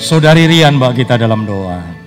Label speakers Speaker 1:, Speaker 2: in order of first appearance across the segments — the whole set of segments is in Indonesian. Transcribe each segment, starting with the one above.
Speaker 1: Saudari Rian, Mbak, kita dalam doa.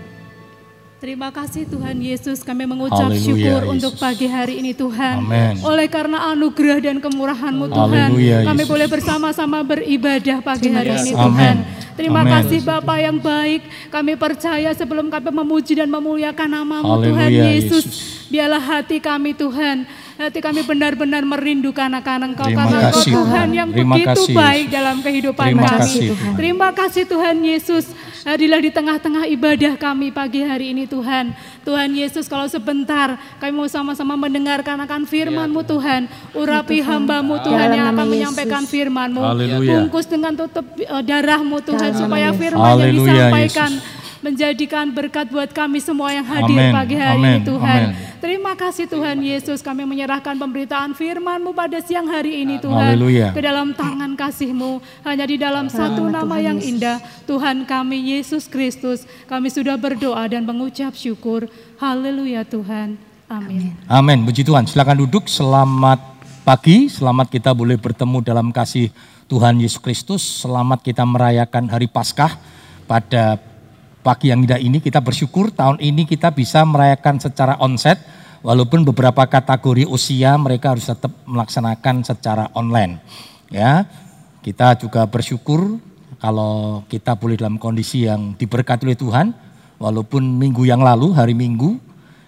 Speaker 2: Terima kasih Tuhan Yesus, kami mengucap
Speaker 1: Haleluya,
Speaker 2: syukur
Speaker 1: Yesus.
Speaker 2: untuk pagi hari ini Tuhan.
Speaker 1: Amen.
Speaker 2: Oleh karena anugerah dan kemurahan-Mu Tuhan,
Speaker 1: Haleluya,
Speaker 2: kami
Speaker 1: Yesus.
Speaker 2: boleh bersama-sama beribadah pagi hari ini
Speaker 1: Amen.
Speaker 2: Tuhan. Terima
Speaker 1: Amen.
Speaker 2: kasih Bapa yang baik, kami percaya sebelum kami memuji dan memuliakan nama-Mu Tuhan
Speaker 1: Haleluya,
Speaker 2: Yesus.
Speaker 1: Yesus.
Speaker 2: Biarlah hati kami Tuhan, hati kami benar-benar merindukan akan Engkau
Speaker 1: Terima
Speaker 2: karena Engkau
Speaker 1: kasih,
Speaker 2: Tuhan
Speaker 1: Tuhan.
Speaker 2: yang
Speaker 1: Terima
Speaker 2: begitu
Speaker 1: kasih,
Speaker 2: baik
Speaker 1: Yesus.
Speaker 2: dalam kehidupan
Speaker 1: Terima
Speaker 2: kami.
Speaker 1: kasih, Tuhan.
Speaker 2: Terima kasih Tuhan Yesus. Hadirlah di tengah-tengah ibadah kami pagi hari ini Tuhan. Tuhan Yesus, kalau sebentar kami mau sama-sama mendengarkan akan firman-Mu Tuhan. Urapi hamba-Mu Tuhan yang akan menyampaikan firman-Mu.
Speaker 1: Haleluya.
Speaker 2: Bungkus dengan tutup darah-Mu Tuhan
Speaker 3: Dalam
Speaker 2: supaya
Speaker 3: nama
Speaker 2: firman yang
Speaker 1: Haleluya,
Speaker 2: disampaikan
Speaker 1: Yesus.
Speaker 2: menjadikan berkat buat kami semua yang hadir
Speaker 1: Amen,
Speaker 2: pagi hari
Speaker 1: amen,
Speaker 2: ini Tuhan.
Speaker 1: amen.
Speaker 2: Terima kasih Tuhan Yesus, kami menyerahkan pemberitaan firman-Mu pada siang hari ini Tuhan.
Speaker 1: Haleluya.
Speaker 2: Ke dalam tangan kasih-Mu, hanya di dalam satu nama yang indah, Tuhan kami Yesus Kristus. Kami sudah berdoa dan mengucap syukur. Haleluya Tuhan. Amin.
Speaker 1: Amin. Puji Tuhan. Silakan duduk. Selamat pagi. Selamat kita boleh bertemu dalam kasih Tuhan Yesus Kristus. Selamat kita merayakan hari Paskah pada pagi yang indah ini. Kita bersyukur tahun ini kita bisa merayakan secara onsite. Walaupun beberapa kategori usia mereka harus tetap melaksanakan secara online. Ya, kita juga bersyukur kalau kita boleh dalam kondisi yang diberkati oleh Tuhan. Walaupun minggu yang lalu, hari Minggu,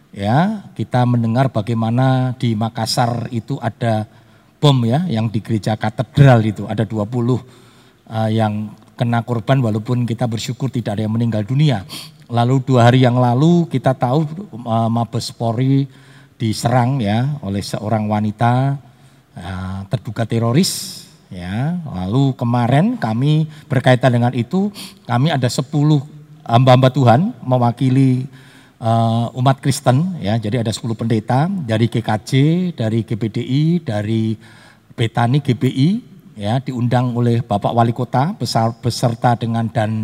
Speaker 1: ya kita mendengar bagaimana di Makassar itu ada bom ya, yang di gereja katedral itu ada 20 yang kena korban, walaupun kita bersyukur tidak ada yang meninggal dunia. Lalu 2 hari yang lalu kita tahu Mabes Polri diserang ya oleh seorang wanita terduga teroris ya. Lalu kemarin kami berkaitan dengan itu, kami ada 10 hamba-hamba Tuhan mewakili umat Kristen ya. Jadi ada 10 pendeta dari GKJ, dari GPDI, dari Betani GBI ya, diundang oleh Bapak Wali Kota beserta dengan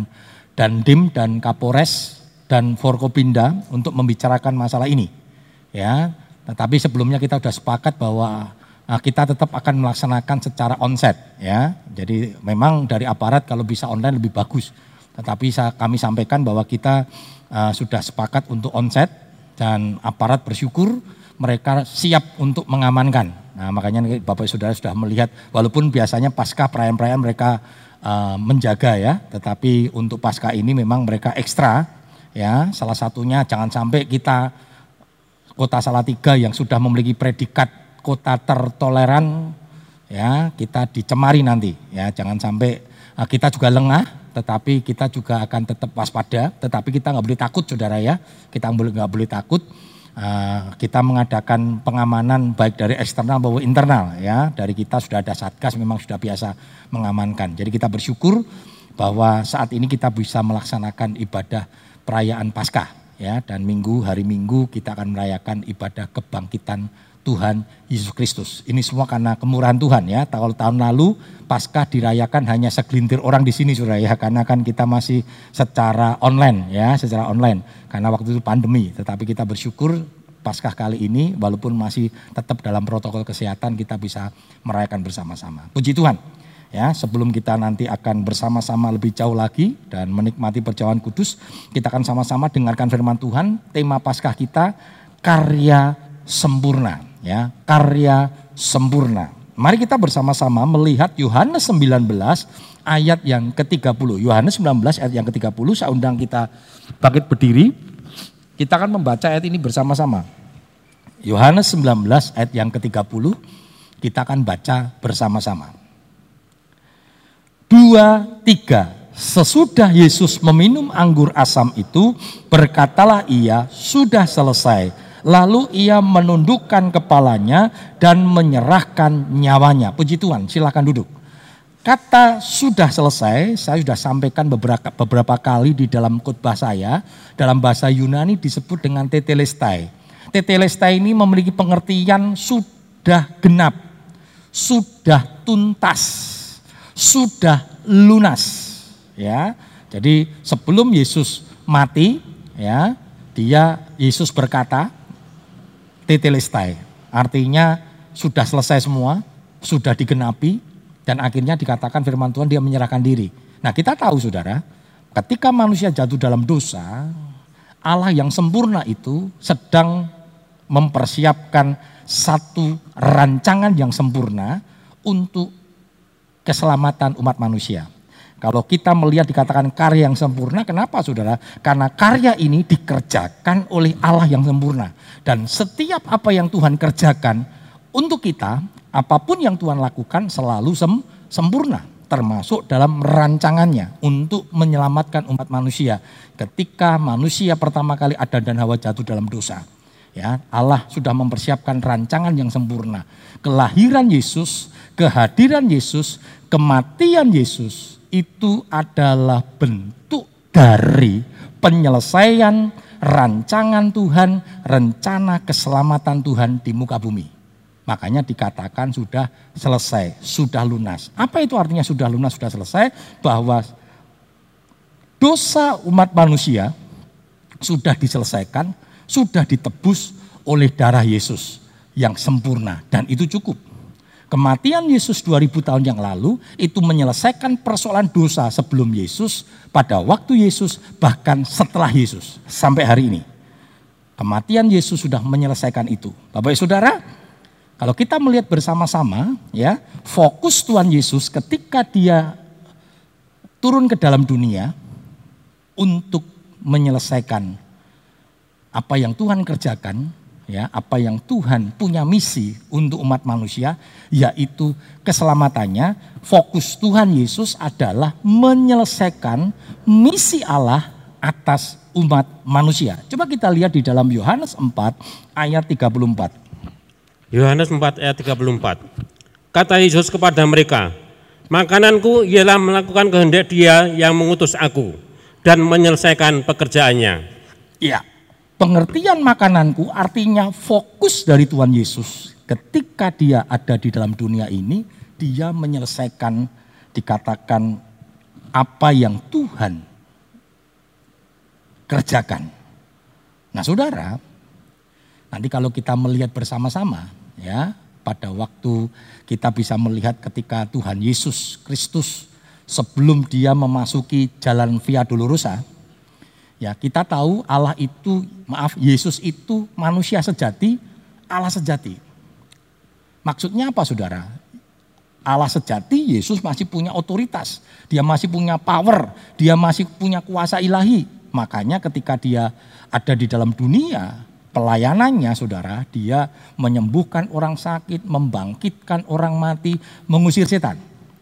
Speaker 1: Dandim dan Kapolres dan Forkopimda untuk membicarakan masalah ini ya. Tetapi sebelumnya kita sudah sepakat bahwa kita tetap akan melaksanakan secara onsite ya. Jadi memang dari aparat kalau bisa online lebih bagus. Tetapi kami sampaikan bahwa kita sudah sepakat untuk onsite dan aparat bersyukur mereka siap untuk mengamankan. Nah makanya Bapak Saudara sudah melihat walaupun biasanya pasca perayaan-perayaan mereka menjaga ya. Tetapi untuk pasca ini memang mereka ekstra ya. Salah satunya jangan sampai kita Kota Salatiga yang sudah memiliki predikat kota tertoleran ya kita dicemari nanti ya. Jangan sampai kita juga lengah, tetapi kita juga akan tetap waspada. Tetapi kita nggak boleh takut saudara ya, kita nggak boleh takut. Kita mengadakan pengamanan baik dari eksternal maupun internal ya. Dari kita sudah ada satgas memang sudah biasa mengamankan. Jadi kita bersyukur bahwa saat ini kita bisa melaksanakan ibadah perayaan Paskah. Ya, dan hari Minggu kita akan merayakan ibadah kebangkitan Tuhan Yesus Kristus. Ini semua karena kemurahan Tuhan ya. Kalau tahun lalu Paskah dirayakan hanya segelintir orang di sini saudara ya, karena kan kita masih secara online ya, secara online karena waktu itu pandemi. Tetapi kita bersyukur Paskah kali ini walaupun masih tetap dalam protokol kesehatan kita bisa merayakan bersama-sama. Puji Tuhan. Ya, sebelum kita nanti akan bersama-sama lebih jauh lagi dan menikmati perjamuan kudus, kita akan sama-sama dengarkan firman Tuhan. Tema Paskah kita karya sempurna, ya, karya sempurna. Mari kita bersama-sama melihat Yohanes 19 ayat yang ke-30. Yohanes 19 ayat yang ke-30, saya undang kita bangkit berdiri. Kita akan membaca ayat ini bersama-sama. Yohanes 19 ayat yang ke-30, kita akan baca bersama-sama. 2, 3. Sesudah Yesus meminum anggur asam itu, berkatalah ia, sudah selesai. Lalu ia menundukkan kepalanya dan menyerahkan nyawanya. Puji Tuhan, silakan duduk. Kata sudah selesai, saya sudah sampaikan beberapa kali di dalam khotbah saya. Dalam bahasa Yunani disebut dengan tetelestai. Tetelestai ini memiliki pengertian sudah genap, sudah tuntas, sudah lunas ya. Jadi sebelum Yesus mati ya, Yesus berkata tetelestai, artinya sudah selesai semua, sudah digenapi dan akhirnya dikatakan firman Tuhan dia menyerahkan diri. Nah, kita tahu saudara, ketika manusia jatuh dalam dosa, Allah yang sempurna itu sedang mempersiapkan satu rancangan yang sempurna untuk keselamatan umat manusia. Kalau kita melihat dikatakan karya yang sempurna, kenapa saudara? Karena karya ini dikerjakan oleh Allah yang sempurna. Dan setiap apa yang Tuhan kerjakan untuk kita, apapun yang Tuhan lakukan selalu sempurna. Termasuk dalam rancangannya untuk menyelamatkan umat manusia. Ketika manusia pertama kali Adam dan Hawa jatuh dalam dosa. Ya, Allah sudah mempersiapkan rancangan yang sempurna. Kelahiran Yesus, kehadiran Yesus, kematian Yesus itu adalah bentuk dari penyelesaian rancangan Tuhan, rencana keselamatan Tuhan di muka bumi. Makanya dikatakan sudah selesai, sudah lunas. Apa itu artinya sudah lunas, sudah selesai? Bahwa dosa umat manusia sudah diselesaikan, sudah ditebus oleh darah Yesus yang sempurna. Dan itu cukup. Kematian Yesus 2000 tahun yang lalu itu menyelesaikan persoalan dosa sebelum Yesus, pada waktu Yesus, bahkan setelah Yesus. Sampai hari ini. Kematian Yesus sudah menyelesaikan itu. Bapak Ibu Saudara, kalau kita melihat bersama-sama, ya, fokus Tuhan Yesus ketika dia turun ke dalam dunia untuk menyelesaikan apa yang Tuhan kerjakan, ya, apa yang Tuhan punya misi untuk umat manusia, yaitu keselamatannya. Fokus Tuhan Yesus adalah menyelesaikan misi Allah atas umat manusia. Coba kita lihat di dalam Yohanes 4 ayat 34.
Speaker 3: Yohanes 4 ayat 34. Kata Yesus kepada mereka, makananku ialah melakukan kehendak Dia yang mengutus aku dan menyelesaikan pekerjaannya.
Speaker 1: Ya, pengertian makananku artinya fokus dari Tuhan Yesus. Ketika dia ada di dalam dunia ini, dia menyelesaikan, dikatakan apa yang Tuhan kerjakan. Nah saudara, nanti kalau kita melihat bersama-sama, ya, pada waktu kita bisa melihat ketika Tuhan Yesus Kristus sebelum dia memasuki jalan Via Dolorosa, ya, kita tahu Allah itu, Yesus itu manusia sejati, Allah sejati. Maksudnya apa saudara? Allah sejati, Yesus masih punya otoritas, dia masih punya power, dia masih punya kuasa ilahi. Makanya ketika dia ada di dalam dunia, pelayanannya saudara, dia menyembuhkan orang sakit, membangkitkan orang mati, mengusir setan.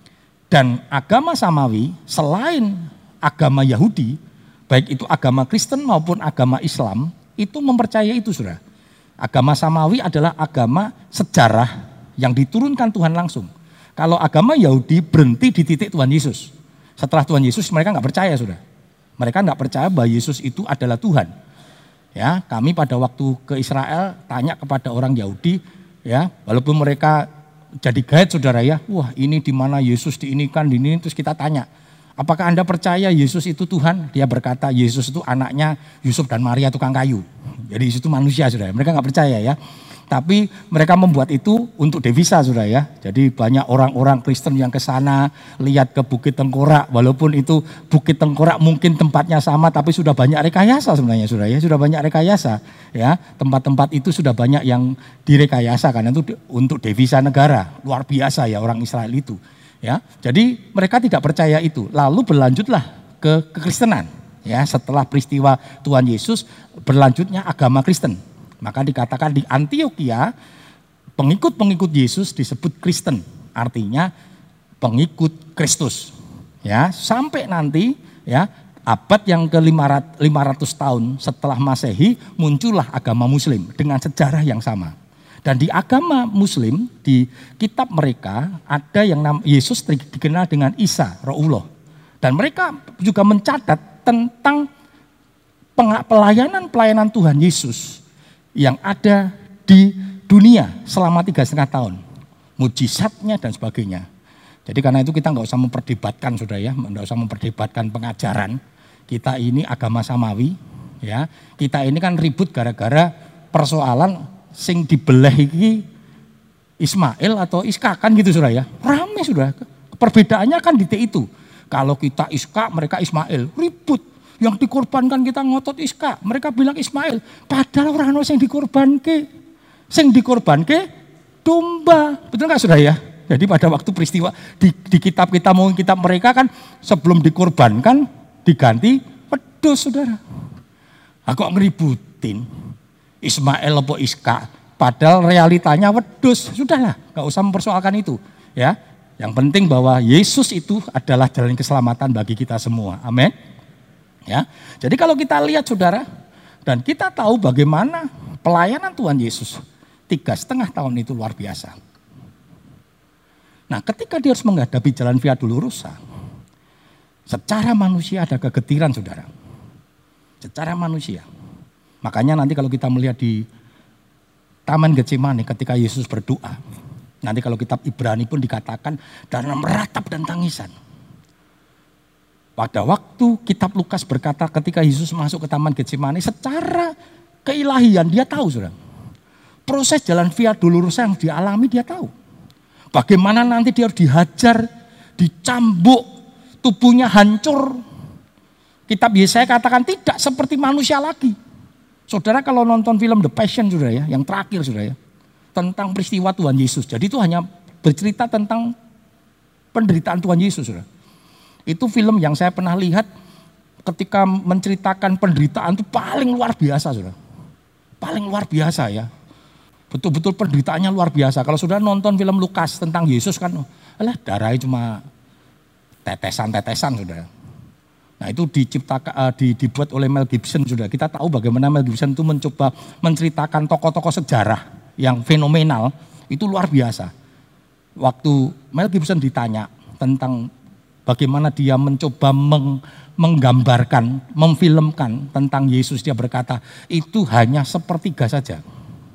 Speaker 1: Dan agama samawi selain agama Yahudi, baik itu agama Kristen maupun agama Islam, itu mempercayai itu saudara. Agama samawi adalah agama sejarah yang diturunkan Tuhan langsung. Kalau agama Yahudi berhenti di titik Tuhan Yesus. Setelah Tuhan Yesus mereka nggak percaya saudara. Mereka nggak percaya bahwa Yesus itu adalah Tuhan. Ya, kami pada waktu ke Israel tanya kepada orang Yahudi, ya, walaupun mereka jadi guide saudara ya, wah ini di mana Yesus diinikan, di ini, terus kita tanya, apakah Anda percaya Yesus itu Tuhan? Dia berkata Yesus itu anaknya Yusuf dan Maria tukang kayu. Jadi Yesus itu manusia saudara. Mereka nggak percaya ya. Tapi mereka membuat itu untuk devisa saudara ya. Jadi banyak orang-orang Kristen yang ke sana lihat ke Bukit Tengkorak. Walaupun itu Bukit Tengkorak mungkin tempatnya sama, tapi sudah banyak rekayasa sebenarnya saudara ya. Sudah banyak rekayasa ya. Tempat-tempat itu sudah banyak yang direkayasa karena itu untuk devisa negara. Luar biasa ya orang Israel itu. Ya, jadi mereka tidak percaya itu. Lalu berlanjutlah ke kekristenan. Ya, setelah peristiwa Tuhan Yesus berlanjutnya agama Kristen. Maka dikatakan di Antioquia pengikut-pengikut Yesus disebut Kristen. Artinya pengikut Kristus. Ya, sampai nanti ya abad yang ke-500 tahun setelah Masehi muncullah agama Muslim dengan sejarah yang sama. Dan di agama Muslim, di kitab mereka ada yang Yesus dikenal dengan Isa, Rohullah. Dan mereka juga mencatat tentang pelayanan Tuhan Yesus yang ada di dunia selama 3,5 tahun. Mujizatnya dan sebagainya. Jadi karena itu kita nggak usah memperdebatkan saudara ya, nggak usah memperdebatkan pengajaran. Kita ini agama samawi, ya. Kita ini kan ribut gara-gara persoalan sing dibelah iki Ismail atau Iska kan gitu saudara ya. Rame sudah. Perbedaannya kan di itu. Kalau kita Iska, mereka Ismail. Ribut. Yang dikorbankan kita ngotot Iska. Mereka bilang Ismail. Padahal orang yang dikorbanke. Yang dikorbanke domba. Betul nggak saudara ya? Jadi pada waktu peristiwa di kitab kita mungkin kitab mereka kan sebelum dikorbankan diganti wedhus saudara. Aku ngeributin Ismail apa Iska. Padahal realitanya wedhus. Sudahlah, nggak usah mempersoalkan itu. Ya, yang penting bahwa Yesus itu adalah jalan keselamatan bagi kita semua. Amin. Ya, jadi kalau kita lihat saudara, dan kita tahu bagaimana pelayanan Tuhan Yesus 3,5 tahun itu luar biasa. Nah, ketika dia harus menghadapi jalan Via Dolorosa, secara manusia ada kegetiran saudara. Secara manusia. Makanya nanti kalau kita melihat di Taman Getsemani ketika Yesus berdoa, nanti kalau kitab Ibrani pun dikatakan dalam meratap dan tangisan. Pada waktu kitab Lukas berkata ketika Yesus masuk ke Taman Getsemani, secara keilahian dia tahu saudara. Proses jalan Via Dolorosa yang dialami dia tahu. Bagaimana nanti dia harus dihajar, dicambuk, tubuhnya hancur. Kitab Yesaya katakan tidak seperti manusia lagi. Saudara kalau nonton film The Passion saudara ya, yang terakhir saudara ya, tentang peristiwa Tuhan Yesus. Jadi itu hanya bercerita tentang penderitaan Tuhan Yesus saudara. Itu film yang saya pernah lihat ketika menceritakan penderitaan itu paling luar biasa saudara. Paling luar biasa ya. Betul-betul penderitaannya luar biasa. Kalau sudah nonton film Lukas tentang Yesus kan, alah darahnya cuma tetesan-tetesan sudah. Nah itu dibuat oleh Mel Gibson sudah. Kita tahu bagaimana Mel Gibson itu mencoba menceritakan tokoh-tokoh sejarah yang fenomenal, itu luar biasa. Waktu Mel Gibson ditanya tentang bagaimana dia mencoba menggambarkan, memfilmkan tentang Yesus, dia berkata, itu hanya sepertiga saja.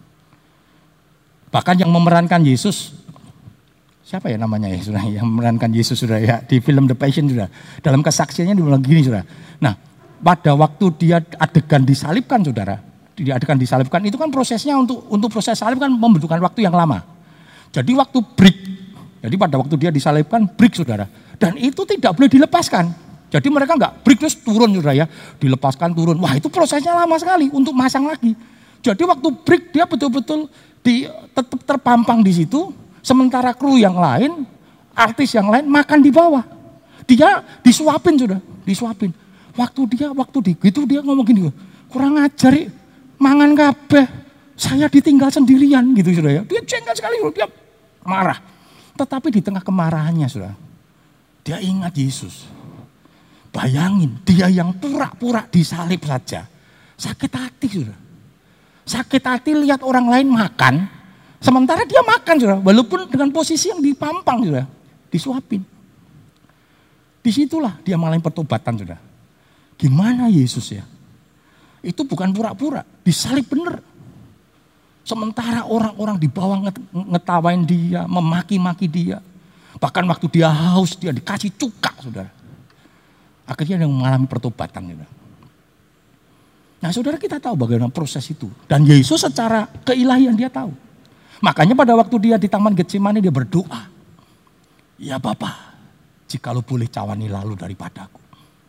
Speaker 1: Bahkan yang memerankan Yesus, siapa ya namanya ya sudah yang memerankan Yesus sudah ya di film The Passion sudah. Dalam kesaksiannya dia bilang gini saudara. Nah, pada waktu dia adegan disalibkan saudara, dia adegan disalibkan itu kan prosesnya untuk proses salib kan membutuhkan waktu yang lama. Jadi waktu break, jadi pada waktu dia disalibkan break saudara. Dan itu tidak boleh dilepaskan. Jadi mereka nggak break terus turun saudara ya, dilepaskan turun. Wah itu prosesnya lama sekali untuk masang lagi. Jadi waktu break dia betul-betul tetap terpampang di situ, sementara kru yang lain, artis yang lain makan di bawah. Dia disuapin sudah, disuapin. Waktu gitu dia ngomong gini, kurang ajar, mangan kabeh, saya ditinggal sendirian gitu sudah ya. Dia jengkel sekali, dia marah. Tetapi di tengah kemarahannya sudah, dia ingat Yesus. Bayangin, dia yang pura-pura disalib saja, sakit hati sudah. Sakit hati lihat orang lain makan, sementara dia makan sudah, walaupun dengan posisi yang dipampang sudah, disuapin. Disitulah dia mulai pertobatan sudah. Gimana Yesus ya? Itu bukan pura-pura, disalib bener. Sementara orang-orang di bawah ngetawain dia, memaki-maki dia. Bahkan waktu dia haus, dia dikasih cuka saudara. Akhirnya dia mengalami pertobatan saudara. Nah saudara kita tahu bagaimana proses itu. Dan Yesus secara keilahian dia tahu. Makanya pada waktu dia di Taman Getsemani dia berdoa. Ya Bapa, jikalau boleh cawani lalu daripadaku.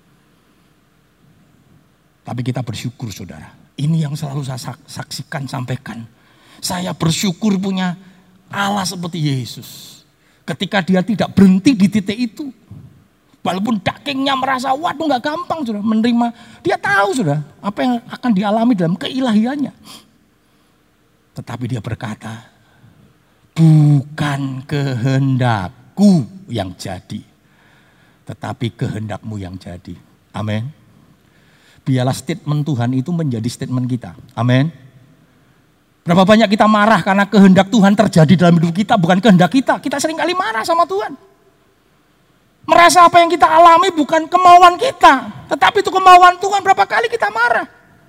Speaker 1: Tapi kita bersyukur saudara. Ini yang selalu saya saksikan, sampaikan. Saya bersyukur punya Allah seperti Yesus. Ketika dia tidak berhenti di titik itu. Walaupun dagingnya merasa waduh gak gampang sudah menerima. Dia tahu sudah apa yang akan dialami dalam keilahiannya. Tetapi dia berkata, bukan kehendakku yang jadi, tetapi kehendakmu yang jadi. Amin. Biarlah statement Tuhan itu menjadi statement kita. Amin. Berapa banyak kita marah karena kehendak Tuhan terjadi dalam hidup kita, bukan kehendak kita. Kita sering kali marah sama Tuhan. Merasa apa yang kita alami bukan kemauan kita, tetapi itu kemauan Tuhan. Berapa kali kita marah.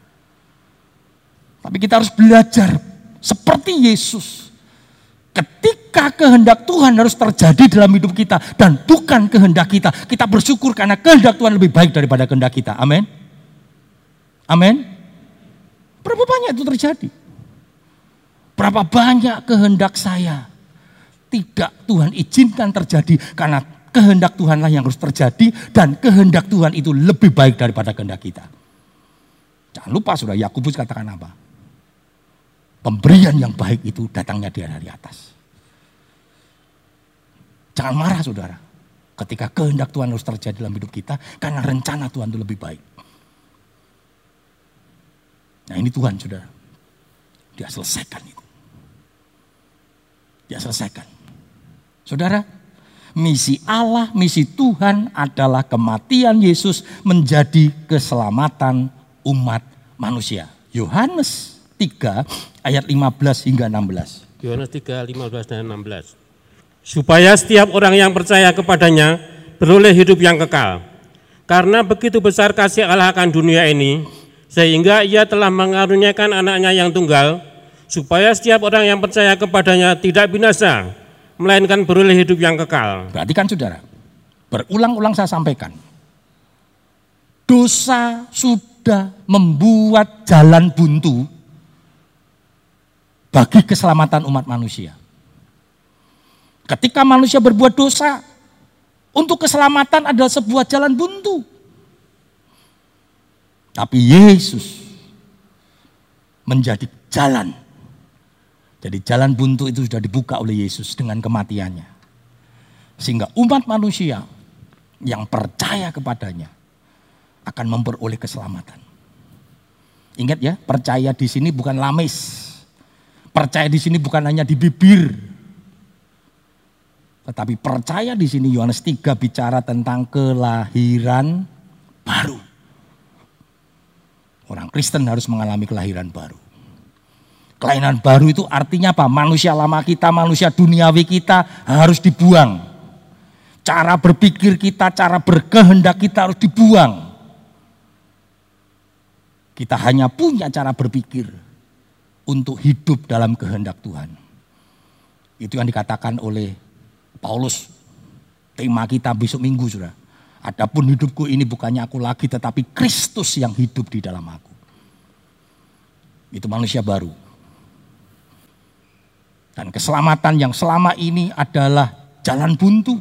Speaker 1: Tapi kita harus belajar seperti Yesus. Ketika kehendak Tuhan harus terjadi dalam hidup kita dan bukan kehendak kita, kita bersyukur karena kehendak Tuhan lebih baik daripada kehendak kita. Amin. Amin. Berapa banyak itu terjadi? Berapa banyak kehendak saya tidak Tuhan izinkan terjadi karena kehendak Tuhanlah yang harus terjadi, dan kehendak Tuhan itu lebih baik daripada kehendak kita. Jangan lupa saudara, Yakobus katakan apa? Pemberian yang baik itu datangnya dari atas. Jangan marah saudara, ketika kehendak Tuhan harus terjadi dalam hidup kita, karena rencana Tuhan itu lebih baik. Nah ini Tuhan saudara, dia selesaikan itu. Dia selesaikan. Saudara, misi Allah, misi Tuhan adalah kematian Yesus menjadi keselamatan umat manusia. Yohanes 3 ayat 15 hingga 16.
Speaker 3: Yohanes 3, 15 dan 16. Supaya setiap orang yang percaya kepadanya beroleh hidup yang kekal. Karena begitu besar kasih Allah akan dunia ini, sehingga ia telah mengaruniakan anaknya yang tunggal, supaya setiap orang yang percaya kepadanya tidak binasa, melainkan beroleh hidup yang kekal.
Speaker 1: Berarti kan saudara, berulang-ulang saya sampaikan, dosa sudah membuat jalan buntu bagi keselamatan umat manusia. Ketika manusia berbuat dosa, untuk keselamatan adalah sebuah jalan buntu. Tapi Yesus menjadi jalan. Jadi jalan buntu itu sudah dibuka oleh Yesus dengan kematiannya. Sehingga umat manusia yang percaya kepadanya akan memperoleh keselamatan. Ingat ya, percaya di sini bukan lamis. Percaya di sini bukan hanya di bibir. Tetapi percaya di sini Yohanes 3 bicara tentang kelahiran baru. Orang Kristen harus mengalami kelahiran baru. Kelahiran baru itu artinya apa? Manusia lama kita, manusia duniawi kita harus dibuang. Cara berpikir kita, cara berkehendak kita harus dibuang. Kita hanya punya cara berpikir untuk hidup dalam kehendak Tuhan. Itu yang dikatakan oleh Paulus. Tema kita besok minggu sudah. Adapun hidupku ini bukannya aku lagi, tetapi Kristus yang hidup di dalam aku. Itu manusia baru. Dan keselamatan yang selama ini adalah jalan buntu.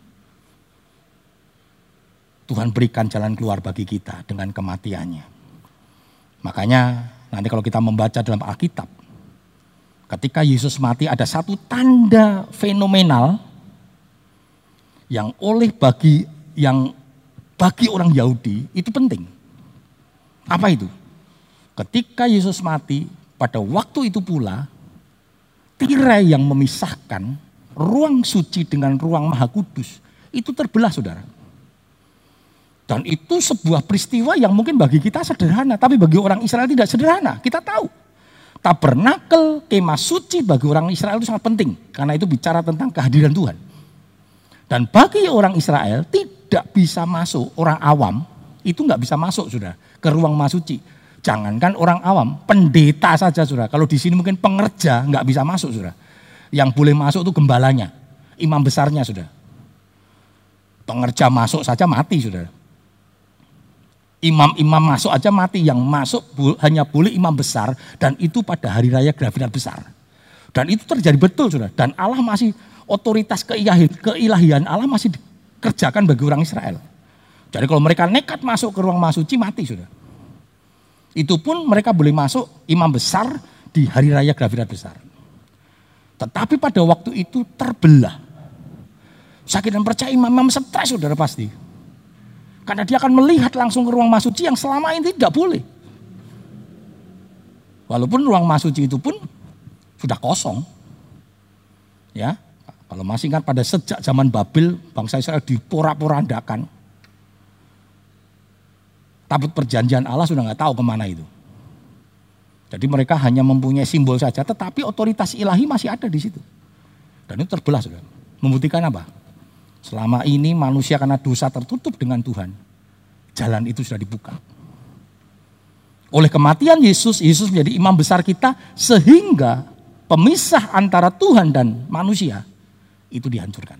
Speaker 1: Tuhan berikan jalan keluar bagi kita dengan kematiannya. Makanya nanti kalau kita membaca dalam Alkitab, ketika Yesus mati ada satu tanda fenomenal yang bagi orang Yahudi itu penting. Apa itu? Ketika Yesus mati, pada waktu itu pula tirai yang memisahkan ruang suci dengan ruang maha kudus itu terbelah saudara. Dan itu sebuah peristiwa yang mungkin bagi kita sederhana, tapi bagi orang Israel tidak sederhana. Kita tahu tabernakel, kemah suci bagi orang Israel itu sangat penting, karena itu bicara tentang kehadiran Tuhan. Dan bagi orang Israel tidak bisa masuk, orang awam itu nggak bisa masuk saudara ke ruang maha suci. Jangankan orang awam, pendeta saja saudara. Kalau di sini mungkin pengerja nggak bisa masuk saudara. Yang boleh masuk itu gembalanya, imam besarnya saudara. Pengerja masuk saja mati saudara. Imam-imam masuk aja mati, yang masuk hanya boleh imam besar, dan itu pada hari raya Gravina besar. Dan itu terjadi betul saudara. Dan Allah masih, otoritas keilahian Allah masih dikerjakan bagi orang Israel. Jadi kalau mereka nekat masuk ke ruang maha suci mati saudara. Itu pun mereka boleh masuk imam besar di hari raya Gravina besar. Tetapi pada waktu itu terbelah. Sakit dan percaya imam stres saudara pasti. Karena dia akan melihat langsung ke ruang maha suci yang selama ini tidak boleh. Walaupun ruang maha suci itu pun sudah kosong. Ya, kalau masih ingat pada sejak zaman Babel, bangsa Israel diporak-porandakan. Tabut perjanjian Allah sudah nggak tahu kemana itu. Jadi mereka hanya mempunyai simbol saja, tetapi otoritas ilahi masih ada di situ. Dan itu terbelah saudara. Membuktikan apa? Selama ini manusia karena dosa tertutup dengan Tuhan, jalan itu sudah dibuka. Oleh kematian Yesus, Yesus menjadi imam besar kita, sehingga pemisah antara Tuhan dan manusia itu dihancurkan.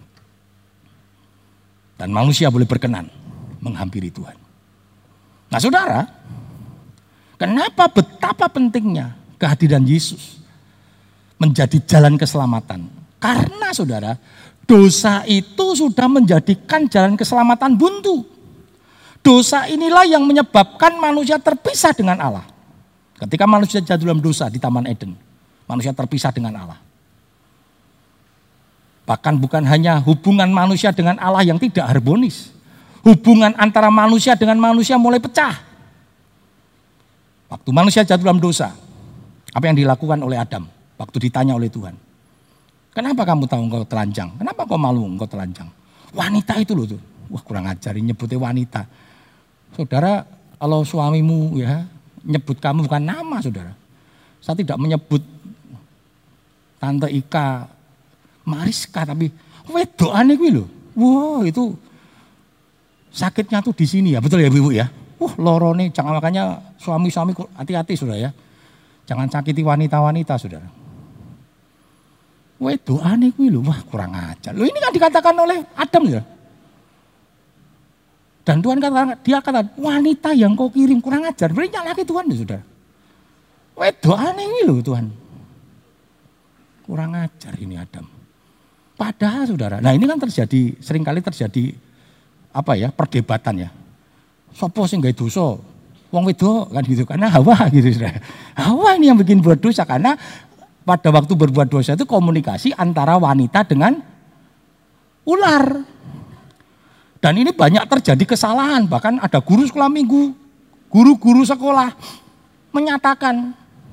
Speaker 1: Dan manusia boleh berkenan menghampiri Tuhan. Nah saudara, kenapa betapa pentingnya kehadiran Yesus menjadi jalan keselamatan? Karena saudara, dosa itu sudah menjadikan jalan keselamatan buntu. Dosa inilah yang menyebabkan manusia terpisah dengan Allah. Ketika manusia jatuh dalam dosa di Taman Eden, manusia terpisah dengan Allah. Bahkan bukan hanya hubungan manusia dengan Allah yang tidak harmonis. Hubungan antara manusia dengan manusia mulai pecah. Waktu manusia jatuh dalam dosa, apa yang dilakukan oleh Adam? Waktu ditanya oleh Tuhan, kenapa kamu tahu engkau telanjang? Kenapa kau malu engkau telanjang? Wanita itu loh tuh. Wah, kurang ajar nyebutnya wanita. Saudara, kalau suamimu ya nyebut kamu bukan nama, saudara. Saya tidak menyebut Tante Ika Mariska, tapi wedokane kuwi lho. Wah, itu sakitnya tuh di sini ya. Betul ya Ibu ya? Lorone, jangan, makanya suami-suami hati-hati saudara ya. Jangan sakiti wanita-wanita saudara. Wedokane kuwi lho, wah kurang ajar. Loh ini kan dikatakan oleh Adam ya. Dan Tuhan dia kata wanita yang kau kirim kurang ajar. Berarti nyalahke Tuhan ya saudara. Wedokane kuwi lho Tuhan. Kurang ajar ini Adam. Padahal saudara, nah ini kan terjadi, seringkali terjadi perdebatan ya. Sopo sing gawe dosa? Wong wedok kan gitu, karena Hawa gitu saudara. Hawa ini yang bikin buat dosa karena pada waktu berbuat dosa itu komunikasi antara wanita dengan ular. Dan ini banyak terjadi kesalahan, bahkan ada guru sekolah minggu, guru-guru sekolah menyatakan,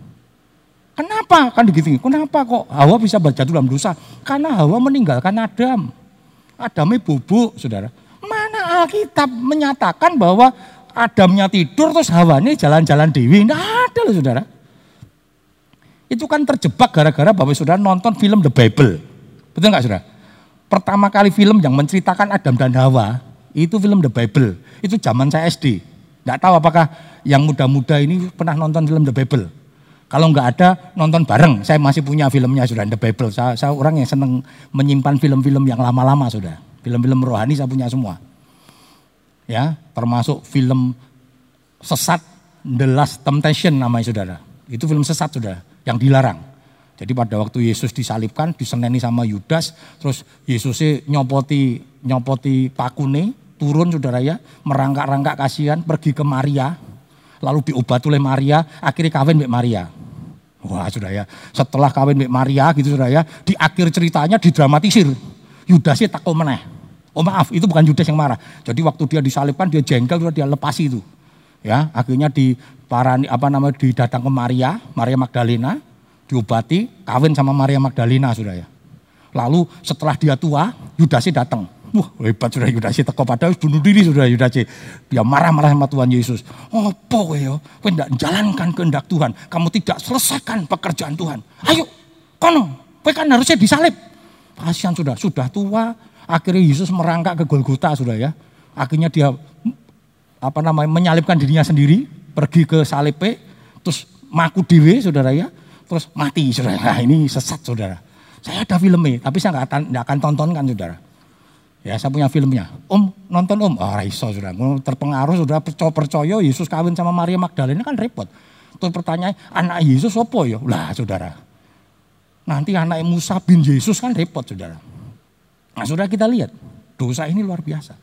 Speaker 1: kenapa kan begitu? Kenapa kok Hawa bisa jatuh dalam dosa? Karena Hawa meninggalkan Adam. Adamnya bubuk, saudara. Mana Alkitab menyatakan bahwa Adamnya tidur terus Hawanya jalan-jalan dewi? Tidak ada loh saudara. Itu kan terjebak gara-gara Bapak saudara nonton film The Bible. Betul nggak saudara? Pertama kali film yang menceritakan Adam dan Hawa itu film The Bible. Itu zaman saya SD. Nggak tahu apakah yang muda-muda ini pernah nonton film The Bible. Kalau nggak ada nonton bareng. Saya masih punya filmnya saudara, The Bible. Saya orang yang senang menyimpan film-film yang lama-lama saudara. Film-film rohani saya punya semua. Ya, termasuk film sesat The Last Temptation namanya saudara. Itu film sesat saudara, yang dilarang. Jadi pada waktu Yesus disalibkan, diseneni sama Yudas, terus Yesusnya nyopoti pakune, turun saudara ya, merangkak-rangkak kasihan, pergi ke Maria, lalu diobati oleh Maria, akhirnya kawin dengan Maria. Wah saudara ya, setelah kawin dengan Maria gitu saudara ya, di akhir ceritanya didramatisir. Yudasnya takut meneh. Oh maaf, itu bukan Yudas yang marah. Jadi waktu dia disalibkan, dia jengkel, dia lepasi itu. Ya, akhirnya didatang ke Maria Magdalena, diobati, kawin sama Maria Magdalena saudara ya. Lalu setelah dia tua, Yudasnya datang. Wah hebat saudara, Yudasnya teko padahal bunuh diri saudara Yudasnya. Dia marah-marah sama Tuhan Yesus. Opo kowe yo, kowe ndak jalankan kehendak Tuhan, kamu tidak selesaikan pekerjaan Tuhan. Ayo, kono, kowe kan harusnya disalib. Kasihan sudah tua. Akhirnya Yesus merangkak ke Golgota saudara ya. Akhirnya dia menyalibkan dirinya sendiri, pergi ke salibnya, terus maku dhewe saudara ya, terus mati saudara. Nah, ini sesat saudara. Saya ada filmnya, tapi saya nggak akan tontonkan saudara. Ya saya punya filmnya. Nonton ora iso saudara. Terpengaruh saudara, percaya Yesus kawin sama Maria Magdalena kan repot. Terus pertanyaan, anak Yesus apa ya? Lah saudara. Nanti anak Musa bin Yesus kan repot saudara. Nah saudara kita lihat, dosa ini luar biasa.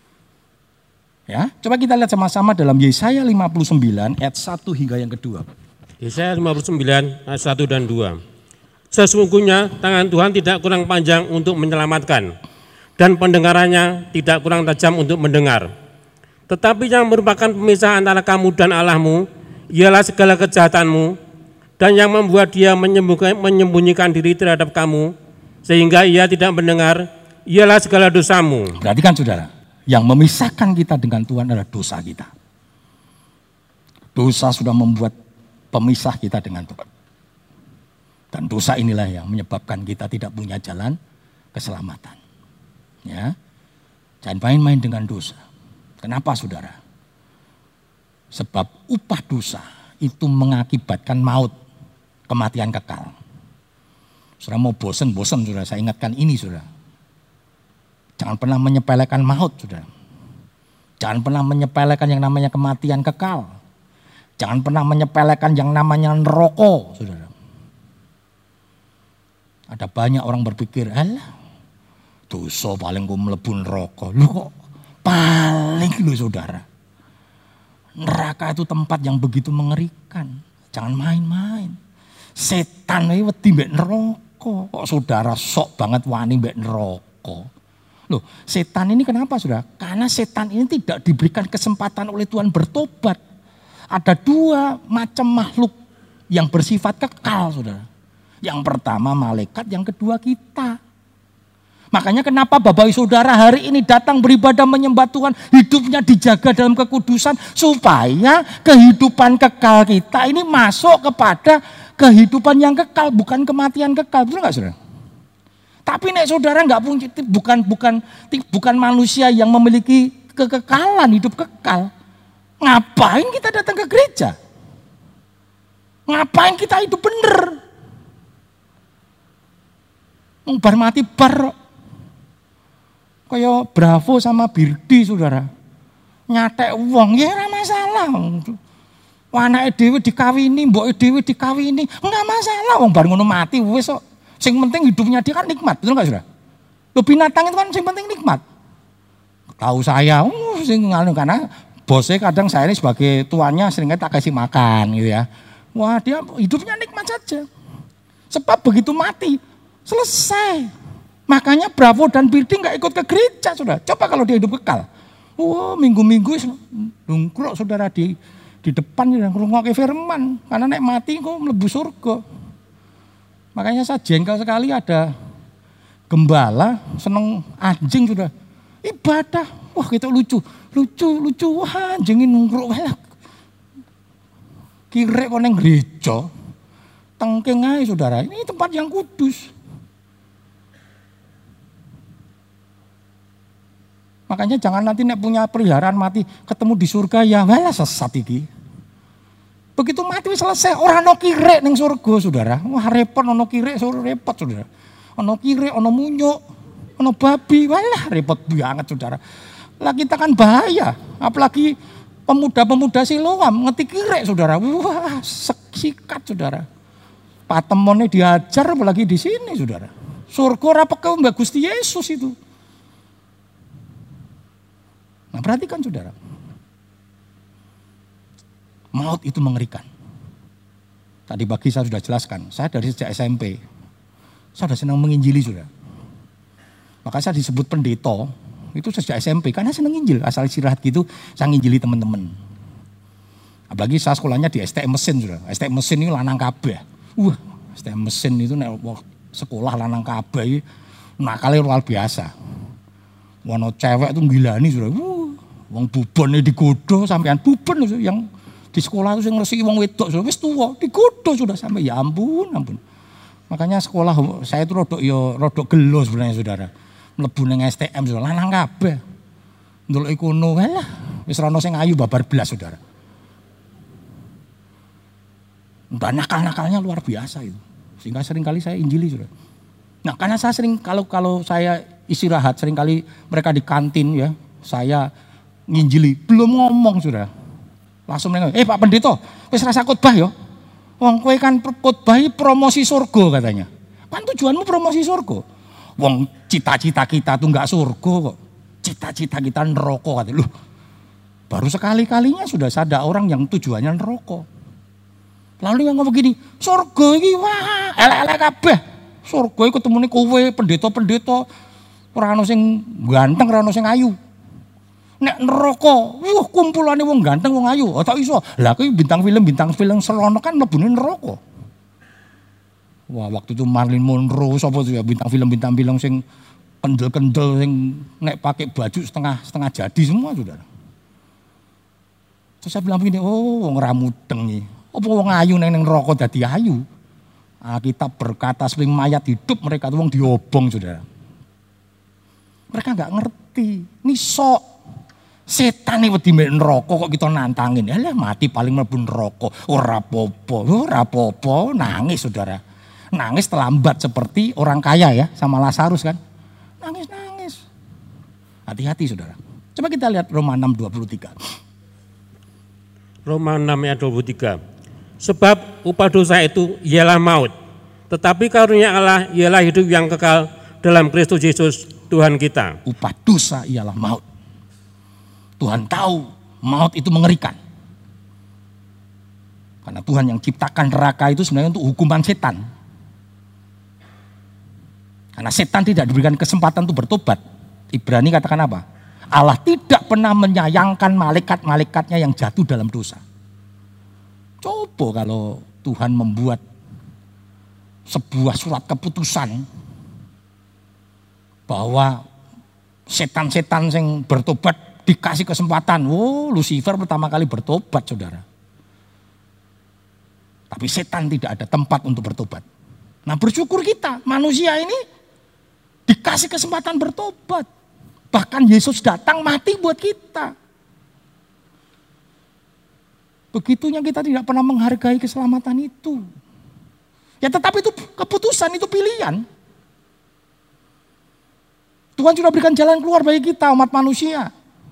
Speaker 1: Ya, coba kita lihat sama-sama dalam Yesaya 59 ayat 1 hingga yang kedua.
Speaker 3: Yesaya 59 ayat 1 dan 2. Sesungguhnya tangan Tuhan tidak kurang panjang untuk menyelamatkan, dan pendengarannya tidak kurang tajam untuk mendengar. Tetapi yang merupakan pemisah antara kamu dan Allahmu, ialah segala kejahatanmu, dan yang membuat dia menyembunyikan diri terhadap kamu, sehingga ia tidak mendengar, ialah segala dosamu.
Speaker 1: Berarti kan saudara, yang memisahkan kita dengan Tuhan adalah dosa kita. Dosa sudah membuat pemisah kita dengan Tuhan. Dan dosa inilah yang menyebabkan kita tidak punya jalan keselamatan. Ya, jangan main-main dengan dosa. Kenapa saudara? Sebab upah dosa itu mengakibatkan maut, kematian kekal. Saudara mau bosan saudara, saya ingatkan ini saudara. Jangan pernah menyepelekan maut saudara. Jangan pernah menyepelekan yang namanya kematian kekal. Jangan pernah menyepelekan yang namanya neraka saudara. Ada banyak orang berpikir, alah dosa paling ku mlebu neraka. Lu kok paling lu saudara. Neraka itu tempat yang begitu mengerikan. Jangan main-main. Setan iki wedi mbek neraka. Kok saudara sok banget wani mbek neraka. Loh, setan ini kenapa saudara? Karena setan ini tidak diberikan kesempatan oleh Tuhan bertobat. Ada dua macam makhluk yang bersifat kekal saudara. Yang pertama malaikat, yang kedua kita. Makanya kenapa Bapak Ibu Saudara hari ini datang beribadah menyembah Tuhan, hidupnya dijaga dalam kekudusan supaya kehidupan kekal kita ini masuk kepada kehidupan yang kekal, bukan kematian kekal. Betul nggak saudara? Tapi nek saudara nggak punya, bukan manusia yang memiliki kekekalan, hidup kekal. Ngapain kita datang ke gereja? Ngapain kita hidup bener? Bar mati bar. Kayak Bravo sama Birdi saudara. Nyatek wong ya ora masalah. Anake dhewe dikawini, mboke dhewe dikawini, enggak masalah wong bar ngono mati wis kok. Sing penting hidupnya dia kan nikmat, betul enggak saudara? Loh binatang itu kan sing penting nikmat. Tahu saya, sing nganu karena bosnya kadang saya ini sebagai tuannya seringnya tak kasih makan gitu ya. Wah dia hidupnya nikmat saja. Sebab begitu mati selesai. Makanya Bravo dan Birdi nggak ikut ke gereja saudara. Coba kalau dia hidup kekal. Wah minggu-minggu nungkrok saudara di depan ngrungokke firman. Karena nek mati kok mlebu surga. Makanya saya jengkel sekali ada gembala seneng anjing sudah. Ibadah. Wah kita lucu. Wah anjing nungkrok. Kirek kok neng gereja. Tengking ae saudara. Ini tempat yang kudus. Makanya jangan nanti nek punya peliharaan mati ketemu di surga ya walah sesat iki. Begitu mati selesai ora ono kirek ning surga saudara. Wah repot ono kirek repot saudara. Ono kirek, ono munyuk, ono babi, walah repot banget saudara. Lah kita kan bahaya, apalagi pemuda-pemuda Siloam ngetik kirek saudara. Wah sikat saudara. Patemone diajar apalagi di sini saudara. Surga ora peke Mbak Gusti Yesus itu. Nah perhatikan saudara, maut itu mengerikan. Tadi pagi saya sudah jelaskan, saya dari sejak SMP, saya sudah senang menginjili saudara. Maka saya disebut pendeta, itu sejak SMP, karena senang injil, asal istirahat gitu, saya nginjili teman-teman. Apalagi saya sekolahnya di STM Mesin saudara, STM Mesin ini lanang kabeh. STM Mesin itu sekolah lanang kabeh, nakalnya luar biasa. Wono cewek itu gilani saudara. Wong bubone digodho sampean buben yang di sekolah itu sing ngresiki wong wedok wis tuwa digodho sudah sampai ya ampun. Makanya sekolah saya itu rodok gelo sebenarnya saudara. Mlebu ning STM saudara lanang kabeh. Ndelok kono lah wis ora ono sing ayu babar blas saudara. Udah nakal-nakalnya luar biasa itu. Sehingga sering kali saya injili saudara. Nah karena saya sering kalau saya istirahat sering kali mereka di kantin ya saya nginjili, belum ngomong sudah. Langsung mereka, Pak Pendeta, wis rasa khotbah ya. Wong kowe kan khotbah promosi surga katanya. Kan tujuanmu promosi surga. Wong cita-cita kita tuh enggak surga kok. Cita-cita kita neraka katanya. Loh, baru sekali-kalinya sudah ada orang yang tujuannya neraka. Lalu yang ngomong gini, surga iki wah, elek-elek kabeh. Surga iki ketemune kowe pendeta-pendeta ora ono sing ganteng, ora ono sing ayu. Nek neraka, kumpulane wong ganteng, wong ayu. Oh tak iso. Lah kuwi bintang film serono kan mlebune neraka. Wah, waktu itu Marilyn Monroe sapa tuh ya bintang film sing kendel-kendel sing nek pakai baju setengah jadi semua saudara. Terus saya bilang begini, wong ora mudeng iki. Apa wong ayu ning neraka dadi ayu? Alkitab berkata seperti mayat hidup mereka tuh wong diobong saudara. Mereka enggak ngerti. Ini sok setan iki wedi mek neraka kok kita nantangin. Yalah mati paling mlebu neraka. Ora apa-apa, nangis saudara. Nangis terlambat seperti orang kaya ya sama Lazarus kan. Nangis. Hati-hati saudara. Coba kita lihat Roma 6:23.
Speaker 3: Roma 6 ayat 23. Sebab upah dosa itu ialah maut. Tetapi karunia Allah ialah hidup yang kekal dalam Kristus Yesus Tuhan kita.
Speaker 1: Upah dosa ialah maut. Tuhan tahu maut itu mengerikan. Karena Tuhan yang ciptakan neraka itu sebenarnya untuk hukuman setan. Karena setan tidak diberikan kesempatan untuk bertobat. Ibrani katakan apa? Allah tidak pernah menyayangkan malaikat-malaikatnya yang jatuh dalam dosa. Coba kalau Tuhan membuat sebuah surat keputusan bahwa setan-setan yang bertobat dikasih kesempatan. Lucifer pertama kali bertobat, saudara. Tapi setan tidak ada tempat untuk bertobat. Nah, bersyukur kita, manusia ini dikasih kesempatan bertobat. Bahkan Yesus datang mati buat kita. Begitunya kita tidak pernah menghargai keselamatan itu. Ya tetapi itu keputusan, itu pilihan. Tuhan sudah berikan jalan keluar bagi kita, umat manusia.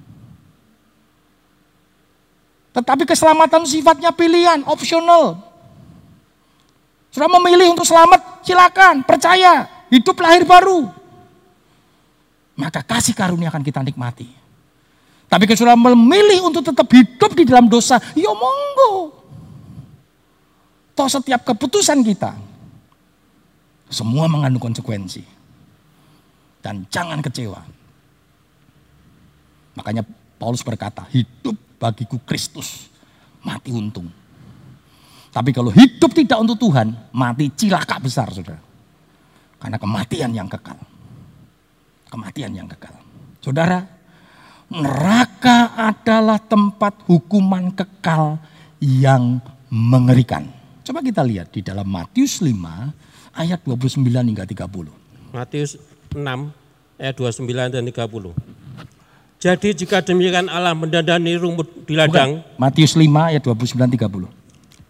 Speaker 1: Tetapi keselamatan sifatnya pilihan, opsional. Sudah memilih untuk selamat, silakan, percaya, hidup lahir baru. Maka kasih karunia akan kita nikmati. Tapi kalau sudah memilih untuk tetap hidup di dalam dosa, ya monggo. Toh setiap keputusan kita, semua mengandung konsekuensi. Dan jangan kecewa. Makanya Paulus berkata, hidup bagiku Kristus, mati untung. Tapi kalau hidup tidak untuk Tuhan, mati cilaka besar, saudara. Karena kematian yang kekal. Kematian yang kekal. Saudara, neraka adalah tempat hukuman kekal yang mengerikan. Coba kita lihat di dalam Matius 5 ayat 29 hingga 30.
Speaker 3: Matius 6 ayat 29 dan 30. Jadi jika demikian Allah mendandani rumput di ladang.
Speaker 1: Bukan. Matius 5 ayat 29 30.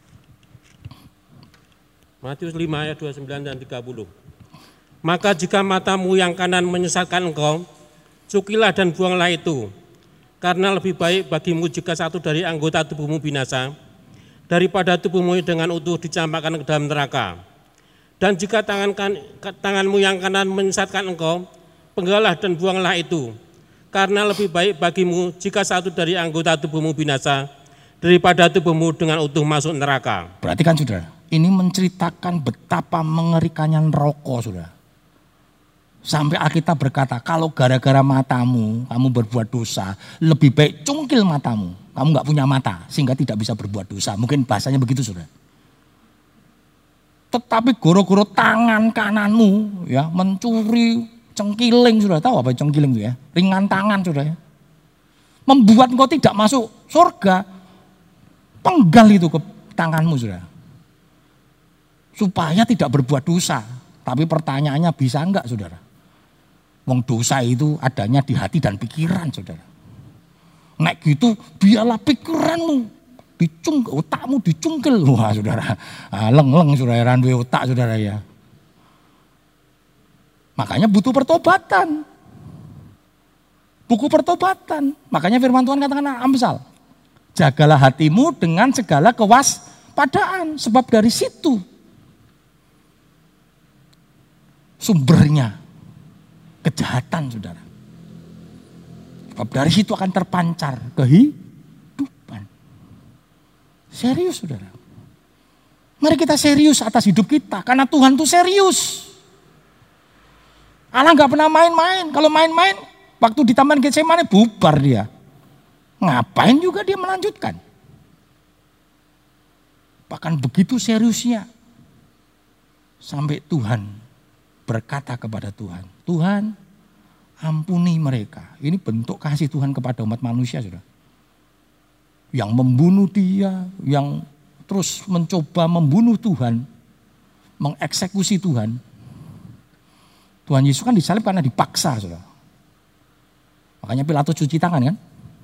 Speaker 3: Matius 5 ayat 29 dan 30. Maka jika matamu yang kanan menyesatkan engkau, cukilah dan buanglah itu. Karena lebih baik bagimu jika satu dari anggota tubuhmu binasa, daripada tubuhmu dengan utuh dicampakkan ke dalam neraka. Dan jika tanganmu yang kanan menyesatkan engkau, penggalah dan buanglah itu. Karena lebih baik bagimu jika satu dari anggota tubuhmu binasa, daripada tubuhmu dengan utuh masuk neraka.
Speaker 1: Perhatikan saudara, ini menceritakan betapa mengerikannya neraka, saudara. Sampai Alkitab berkata, kalau gara-gara matamu kamu berbuat dosa, lebih baik cungkil matamu. Kamu nggak punya mata sehingga tidak bisa berbuat dosa. Mungkin bahasanya begitu, saudara. Tetapi goro-goro tangan kananmu ya mencuri, cengkiling, saudara. Tahu apa cengkiling itu ya? Ringan tangan, saudara. Membuat engkau tidak masuk surga. Penggal itu ke tanganmu, saudara. Supaya tidak berbuat dosa. Tapi pertanyaannya bisa enggak, saudara? Wong dosa itu adanya di hati dan pikiran, saudara. Nek gitu biarlah pikiranmu otakmu dicungkil. Wah, saudara. Leng-leng, saudara, duwe otak, saudara ya. Makanya butuh pertobatan. Buku pertobatan. Makanya firman Tuhan katakan Amsal, jagalah hatimu dengan segala kewaspadaan, sebab dari situ sumbernya kejahatan, saudara. Sebab dari situ akan terpancar kehidupan. Serius, saudara. Mari kita serius atas hidup kita, karena Tuhan itu serius. Allah nggak pernah main-main. Kalau main-main, waktu di Taman Getsemani bubar dia. Ngapain juga dia melanjutkan. Bahkan begitu seriusnya. Sampai Tuhan berkata kepada Tuhan, Tuhan ampuni mereka. Ini bentuk kasih Tuhan kepada umat manusia, saudara. Yang membunuh dia, yang terus mencoba membunuh Tuhan, mengeksekusi Tuhan. Tuhan Yesus kan disalib karena dipaksa, saudara. Makanya Pilatus cuci tangan kan.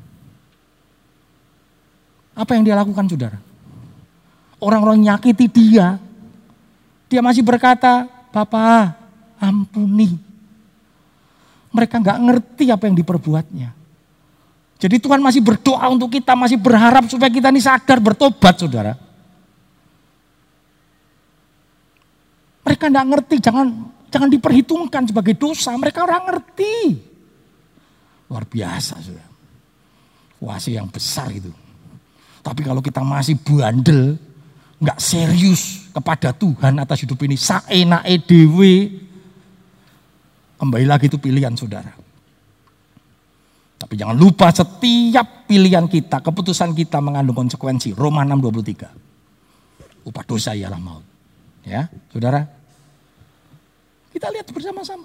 Speaker 1: Apa yang dia lakukan, saudara? Orang-orang nyakiti dia. Dia masih berkata, Bapa, ampuni. Mereka nggak ngerti apa yang diperbuatnya. Jadi Tuhan masih berdoa untuk kita, masih berharap supaya kita ini sadar bertobat, saudara. Mereka tidak ngerti, jangan diperhitungkan sebagai dosa. Mereka orang ngerti. Luar biasa, saudara. Kuasa yang besar itu. Tapi kalau kita masih bandel, nggak serius kepada Tuhan atas hidup ini, saenake dewe, kembali lagi itu pilihan saudara. Tapi jangan lupa setiap pilihan kita, keputusan kita mengandung konsekuensi. Roma 6:23. Upah dosa ialah maut. Ya, saudara. Kita lihat bersama-sama.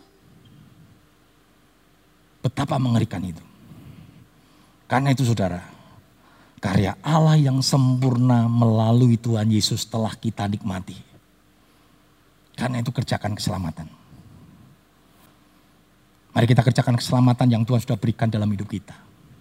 Speaker 1: Betapa mengerikan itu. Karena itu saudara, karya Allah yang sempurna melalui Tuhan Yesus telah kita nikmati. Karena itu kerjakan keselamatan. Mari kita kerjakan keselamatan yang Tuhan sudah berikan dalam hidup kita.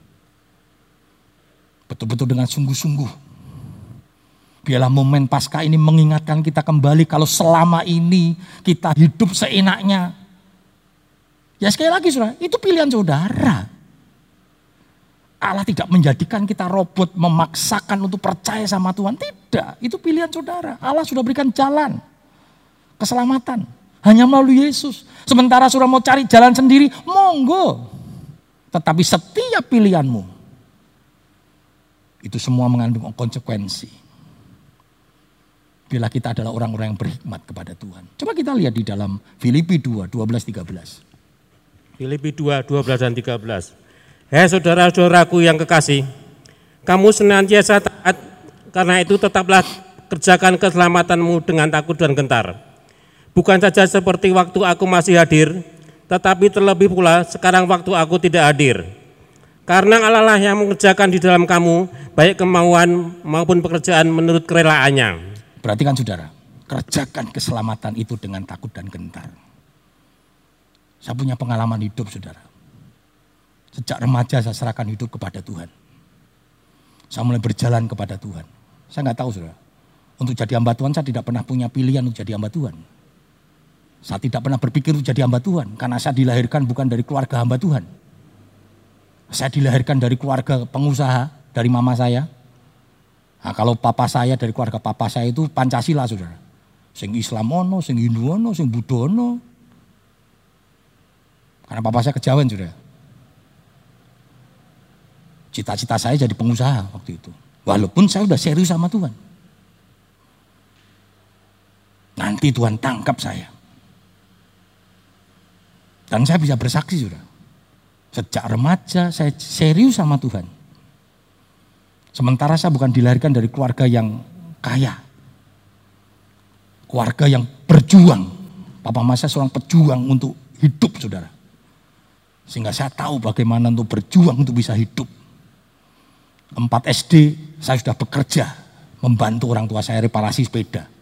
Speaker 1: Betul-betul dengan sungguh-sungguh. Biarlah momen Paskah ini mengingatkan kita kembali kalau selama ini kita hidup seenaknya. Ya sekali lagi saudara, itu pilihan saudara. Allah tidak menjadikan kita robot memaksakan untuk percaya sama Tuhan. Tidak, itu pilihan saudara. Allah sudah berikan jalan keselamatan. Hanya melalui Yesus. Sementara saudara mau cari jalan sendiri, monggo. Tetapi setiap pilihanmu, itu semua mengandung konsekuensi. Bila kita adalah orang-orang yang berhikmat kepada Tuhan. Coba kita lihat di dalam Filipi 2, 12-13.
Speaker 3: Filipi 2, 12 dan 13. Hei saudara-saudaraku yang kekasih, kamu senantiasa taat, karena itu tetaplah kerjakan keselamatanmu dengan takut dan gentar. Bukan saja seperti waktu aku masih hadir, tetapi terlebih pula sekarang waktu aku tidak hadir. Karena Allah lah yang mengerjakan di dalam kamu, baik kemauan maupun pekerjaan menurut kerelaannya.
Speaker 1: Perhatikan saudara, kerjakan keselamatan itu dengan takut dan gentar. Saya punya pengalaman hidup saudara. Sejak remaja saya serahkan hidup kepada Tuhan. Saya mulai berjalan kepada Tuhan. Saya nggak tahu saudara, untuk jadi hamba Tuhan saya tidak pernah punya pilihan untuk jadi hamba Tuhan. Saya tidak pernah berpikir untuk jadi hamba Tuhan, karena saya dilahirkan bukan dari keluarga hamba Tuhan. Saya dilahirkan dari keluarga pengusaha, dari mama saya. Nah, kalau papa saya dari keluarga papa saya itu Pancasila saudara. Sing Islam ono, sing Hindu ono, sing Buddha ono. Karena papa saya kejawen saudara. Cita-cita saya jadi pengusaha waktu itu. Walaupun saya udah serius sama Tuhan. Nanti Tuhan tangkap saya. Dan saya bisa bersaksi saudara. Sejak remaja saya serius sama Tuhan. Sementara saya bukan dilahirkan dari keluarga yang kaya. Keluarga yang berjuang. Papa mama saya seorang pejuang untuk hidup saudara. Sehingga saya tahu bagaimana untuk berjuang untuk bisa hidup. 4 SD saya sudah bekerja. Membantu orang tua saya reparasi sepeda.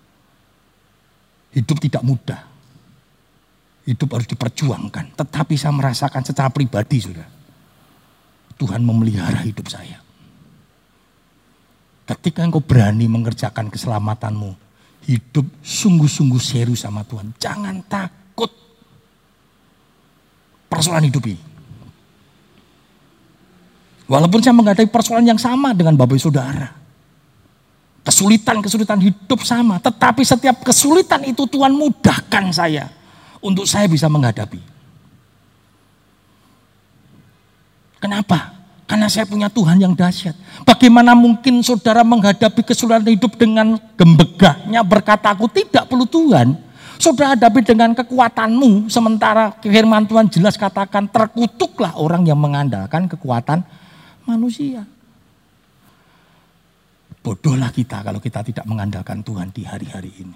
Speaker 1: Hidup tidak mudah. Hidup harus diperjuangkan. Tetapi saya merasakan secara pribadi saudara. Tuhan memelihara hidup saya. Ketika engkau berani mengerjakan keselamatanmu, hidup sungguh-sungguh serius sama Tuhan. Jangan takut persoalan hidup ini. Walaupun saya menghadapi persoalan yang sama dengan bapak saudara. Kesulitan-kesulitan hidup sama. Tetapi setiap kesulitan itu Tuhan mudahkan saya. Untuk saya bisa menghadapi. Kenapa? Karena saya punya Tuhan yang dahsyat. Bagaimana mungkin saudara menghadapi kesulitan hidup dengan gembegahnya berkata aku tidak perlu Tuhan. Saudara hadapi dengan kekuatanmu. Sementara firman Tuhan jelas katakan terkutuklah orang yang mengandalkan kekuatan manusia. Bodohlah kita kalau kita tidak mengandalkan Tuhan di hari-hari ini.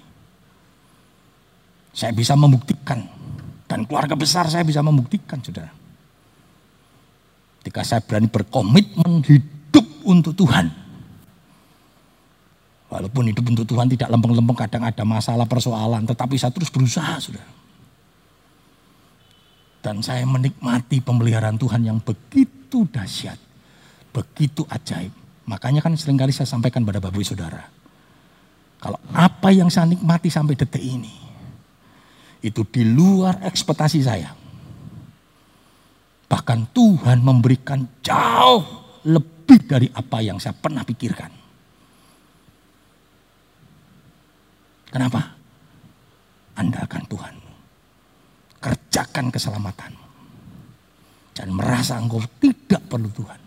Speaker 1: Saya bisa membuktikan. Dan keluarga besar saya bisa membuktikan saudara. Ketika saya berani berkomitmen hidup untuk Tuhan. Walaupun hidup untuk Tuhan tidak lempeng-lempeng, kadang ada masalah persoalan. Tetapi saya terus berusaha saudara. Dan saya menikmati pemeliharaan Tuhan yang begitu dahsyat. Begitu ajaib. Makanya kan seringkali saya sampaikan pada bapak saudara. Kalau apa yang saya nikmati sampai detik ini. Itu di luar ekspektasi saya. Bahkan Tuhan memberikan jauh lebih dari apa yang saya pernah pikirkan. Kenapa? andalkan Tuhan. Kerjakan keselamatanmu. Jangan merasa engkau tidak perlu Tuhan.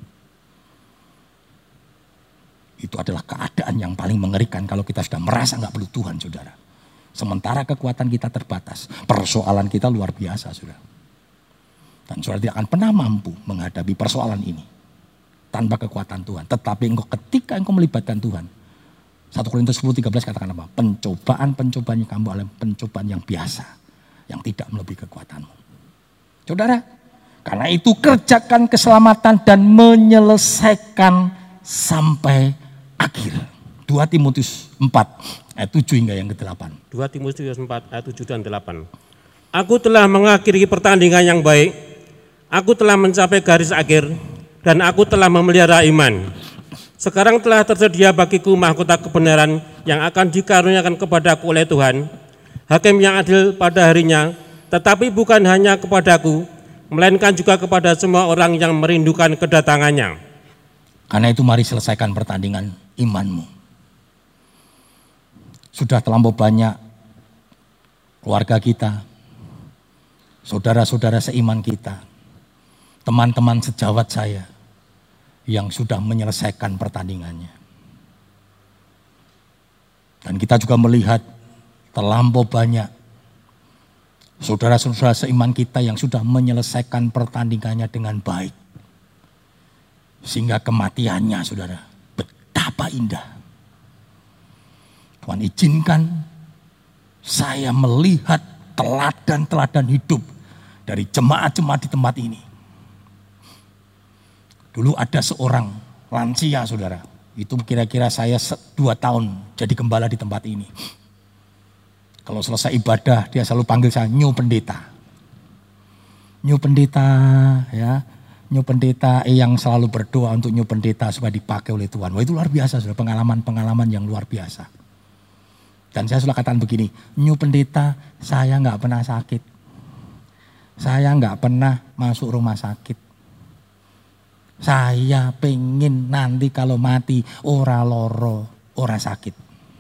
Speaker 1: Itu adalah keadaan yang paling mengerikan kalau kita sudah merasa nggak perlu Tuhan, saudara. Sementara kekuatan kita terbatas, persoalan kita luar biasa, saudara. Dan saudara tidak akan pernah mampu menghadapi persoalan ini tanpa kekuatan Tuhan. Tetapi ketika engkau melibatkan Tuhan, 1 Korintus 10:13 katakan apa? Pencobaan-pencobaan kamu adalah pencobaan yang biasa, yang tidak melebihi kekuatanmu. Saudara, karena itu kerjakan keselamatan dan menyelesaikan sampai akhir. 2 Timotius 4 ayat 7 hingga yang ke-8.
Speaker 3: 2 Timotius 4 ayat 7 dan 8. Aku telah mengakhiri pertandingan yang baik, aku telah mencapai garis akhir, dan aku telah memelihara iman. Sekarang telah tersedia bagiku mahkota kebenaran yang akan dikaruniakan kepadaku oleh Tuhan, Hakim yang adil pada harinya, tetapi bukan hanya kepadaku, melainkan juga kepada semua orang yang merindukan kedatangannya.
Speaker 1: Karena itu mari selesaikan pertandingan imanmu. Sudah terlampau banyak keluarga kita, saudara-saudara seiman kita, teman-teman sejawat saya yang sudah menyelesaikan pertandingannya. Dan kita juga melihat terlampau banyak saudara-saudara seiman kita yang sudah menyelesaikan pertandingannya dengan baik. Sehingga kematiannya, saudara, betapa indah. Tuhan izinkan saya melihat teladan-teladan hidup dari jemaat-jemaat di tempat ini. Dulu ada seorang lansia, saudara. Itu kira-kira saya 2 tahun jadi gembala di tempat ini. Kalau selesai ibadah, dia selalu panggil saya Nyu Pendeta. Nyu Pendeta, ya. Nyu Pendeta yang selalu berdoa untuk Nyu Pendeta supaya dipakai oleh Tuhan. Wah, itu luar biasa, saudara. Pengalaman-pengalaman yang luar biasa. Dan saya selalu katakan begini, Nyu Pendeta, saya nggak pernah sakit. Saya nggak pernah masuk rumah sakit. Saya pengen nanti kalau mati ora loro, ora sakit.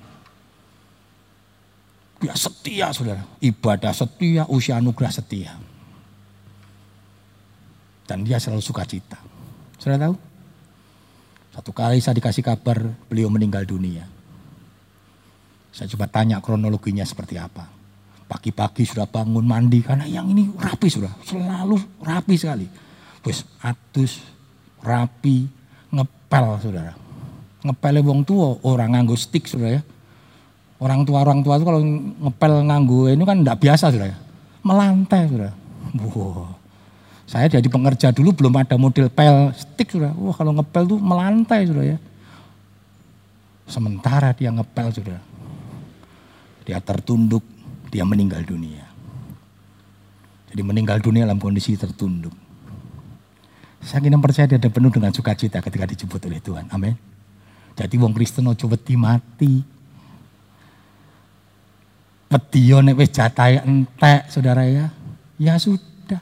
Speaker 1: Dia setia, saudara. Ibadah setia, usia anugerah setia. Dan dia selalu sukacita. Saudara tahu? Satu kali saya dikasih kabar beliau meninggal dunia. Saya coba tanya kronologinya seperti apa. Pagi-pagi sudah bangun mandi, karena yang ini rapi, sudah selalu rapi sekali. Terus atus, rapi, ngepel, saudara. Ngepelnya wong tua, orang nganggo stick, saudara ya. Orang tua itu kalau ngepel nganggo ini kan enggak biasa, saudara ya. Melantai, saudara. Wow. Saya jadi pengerja dulu belum ada model pel stick, saudara. Wah, kalau ngepel tuh melantai, saudara ya. Sementara dia ngepel, saudara. Dia tertunduk, dia meninggal dunia. Jadi meninggal dunia dalam kondisi tertunduk. Saya kira percaya dia ada penuh dengan sukacita ketika dijemput oleh Tuhan. Amin. Jadi wong Kristen ojo wedi mati. Wedi nek wis jatahe entek, saudara ya. Ya sudah.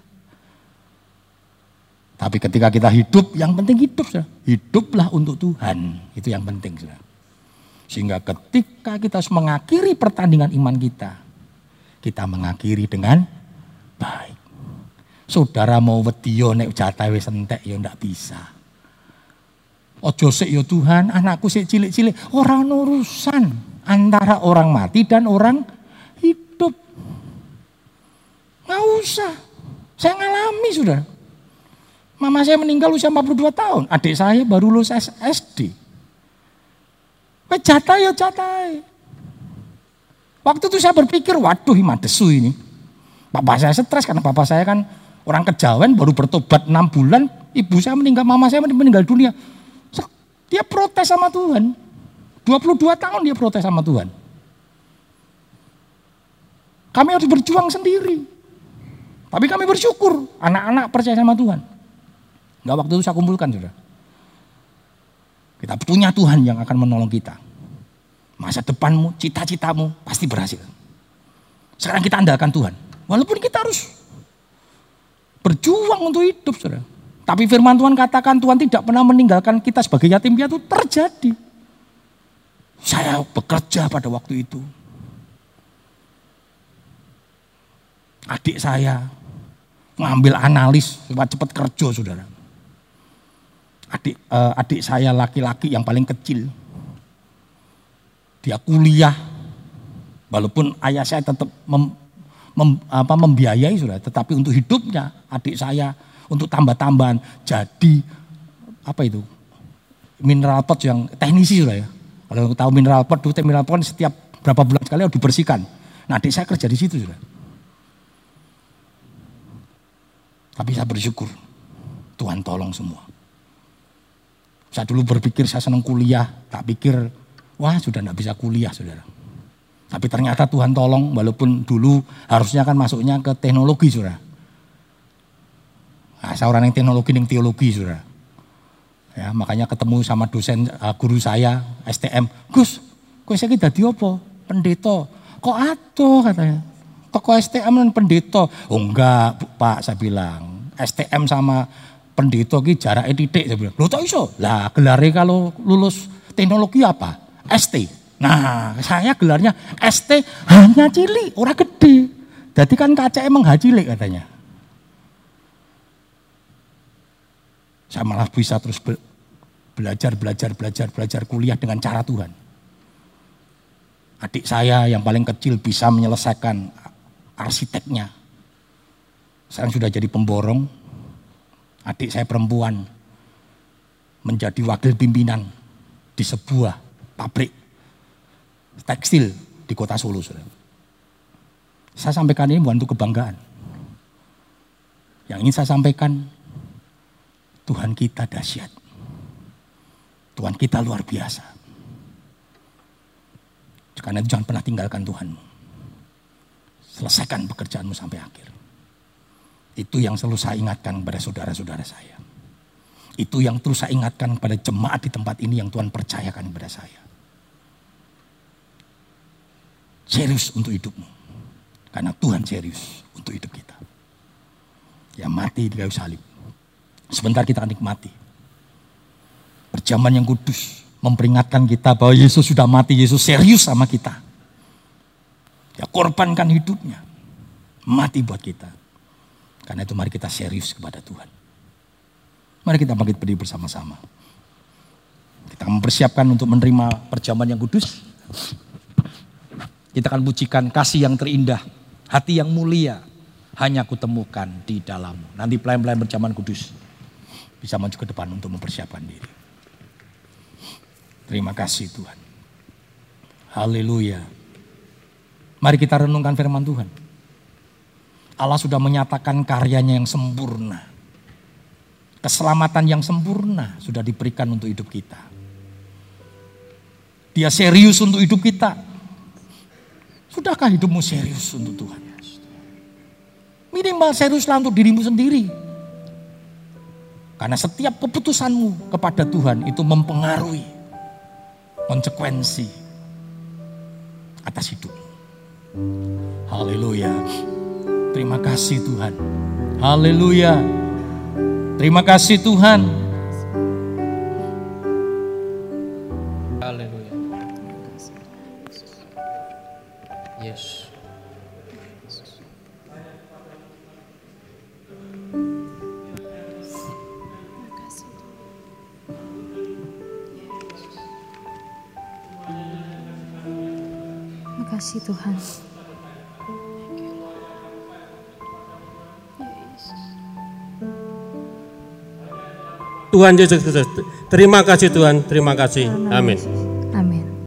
Speaker 1: Tapi ketika kita hidup, yang penting hidup, saudara. Hiduplah untuk Tuhan. Itu yang penting, saudara. Sehingga ketika kita harus mengakhiri pertandingan iman kita, kita mengakhiri dengan baik. Saudara mau wedya nek jatah wis entek ya ndak bisa. Ojo sik ya Tuhan, anakku sik cilik-cilik, ora urusan antara orang mati dan orang hidup. Nggak usah. Saya ngalami, saudara. Mama saya meninggal usia 42 tahun, adik saya baru lulus SD. Jatah ya jatah. Waktu itu saya berpikir, waduh madesu ini. Papa saya stres karena papa saya kan orang Kejawen, baru bertobat 6 bulan, ibu saya meninggal, mama saya meninggal dunia. Dia protes sama Tuhan. 22 tahun dia protes sama Tuhan. Kami harus berjuang sendiri. Tapi kami bersyukur, anak-anak percaya sama Tuhan. Enggak, waktu itu saya kumpulkan, saudara. Kita punya Tuhan yang akan menolong kita. Masa depanmu, cita-citamu pasti berhasil. Sekarang kita andalkan Tuhan. Walaupun kita harus berjuang untuk hidup, saudara. Tapi firman Tuhan katakan Tuhan tidak pernah meninggalkan kita sebagai yatim piatu. Terjadi. Saya bekerja pada waktu itu. adik saya ngambil analis supaya cepat kerja, saudara. Adik saya laki-laki yang paling kecil, dia kuliah, walaupun ayah saya tetap membiayai, saudara, tetapi untuk hidupnya adik saya untuk tambah-tambahan jadi mineral pot yang teknisi, saudara ya. Kalau tahu mineral pot, mineral pot setiap berapa bulan sekali harus dibersihkan. Nah, adik saya kerja di situ, saudara. Tapi saya bersyukur, Tuhan tolong semua. Saya dulu berpikir saya senang kuliah, tak pikir, wah sudah tidak bisa kuliah, saudara. Tapi ternyata Tuhan tolong, walaupun dulu harusnya kan masuknya ke teknologi, saudara. Nah, saya orang yang teknologi, yang teologi, saudara. Ya, makanya ketemu sama dosen guru saya, STM. Gus, kok saya dadi apa? Pendeta. Kok adoh katanya. Toko STM dan pendeta. Oh enggak Pak, saya bilang. STM sama pendeta ki jaraknya titik, saya bilang. Loh tak iso? Lah gelarnya kalau lulus teknologi apa? ST. Nah saya gelarnya ST hanya cilik, ora gede. Jadi kan kaca emang cilik katanya. Saya malah bisa terus belajar kuliah dengan cara Tuhan. Adik saya yang paling kecil bisa menyelesaikan arsiteknya. Sekarang sudah jadi pemborong. Adik saya perempuan menjadi wakil pimpinan di sebuah pabrik tekstil di kota Solo. Saya sampaikan ini bukan untuk kebanggaan. Yang ingin saya sampaikan, Tuhan kita dahsyat. Tuhan kita luar biasa. Karena itu jangan pernah tinggalkan Tuhanmu. Selesaikan pekerjaanmu sampai akhir. Itu yang selalu saya ingatkan kepada saudara-saudara saya. Itu yang terus saya ingatkan kepada jemaat di tempat ini yang Tuhan percayakan kepada saya. Serius untuk hidupmu. Karena Tuhan serius untuk hidup kita. Ya mati di kayu salib. Sebentar kita akan nikmati. Perjamuan yang kudus memperingatkan kita bahwa Yesus sudah mati, Yesus serius sama kita. Ya korbankan hidupnya, mati buat kita. Karena itu mari kita serius kepada Tuhan. Mari kita bangkit berdiri bersama-sama. Kita akan mempersiapkan untuk menerima perjamuan yang kudus. Kita akan pujikan kasih yang terindah, hati yang mulia, hanya kutemukan di dalammu. Nanti pelayan-pelayan perjamuan kudus bisa maju ke depan untuk mempersiapkan diri. Terima kasih Tuhan. Haleluya. Mari kita renungkan firman Tuhan. Allah sudah menyatakan karyanya yang sempurna. Keselamatan yang sempurna sudah diberikan untuk hidup kita. Dia serius untuk hidup kita. Sudahkah hidupmu serius untuk Tuhan? Minimal seriuslah untuk dirimu sendiri. Karena setiap keputusanmu kepada Tuhan itu mempengaruhi konsekuensi atas hidupmu. Haleluya. Terima kasih Tuhan. Haleluya. Terima kasih Tuhan.
Speaker 3: Haleluya. Yes.
Speaker 4: Terima kasih Tuhan.
Speaker 3: Tuhan Yesus Kristus. Terima kasih Tuhan, terima kasih. Amin.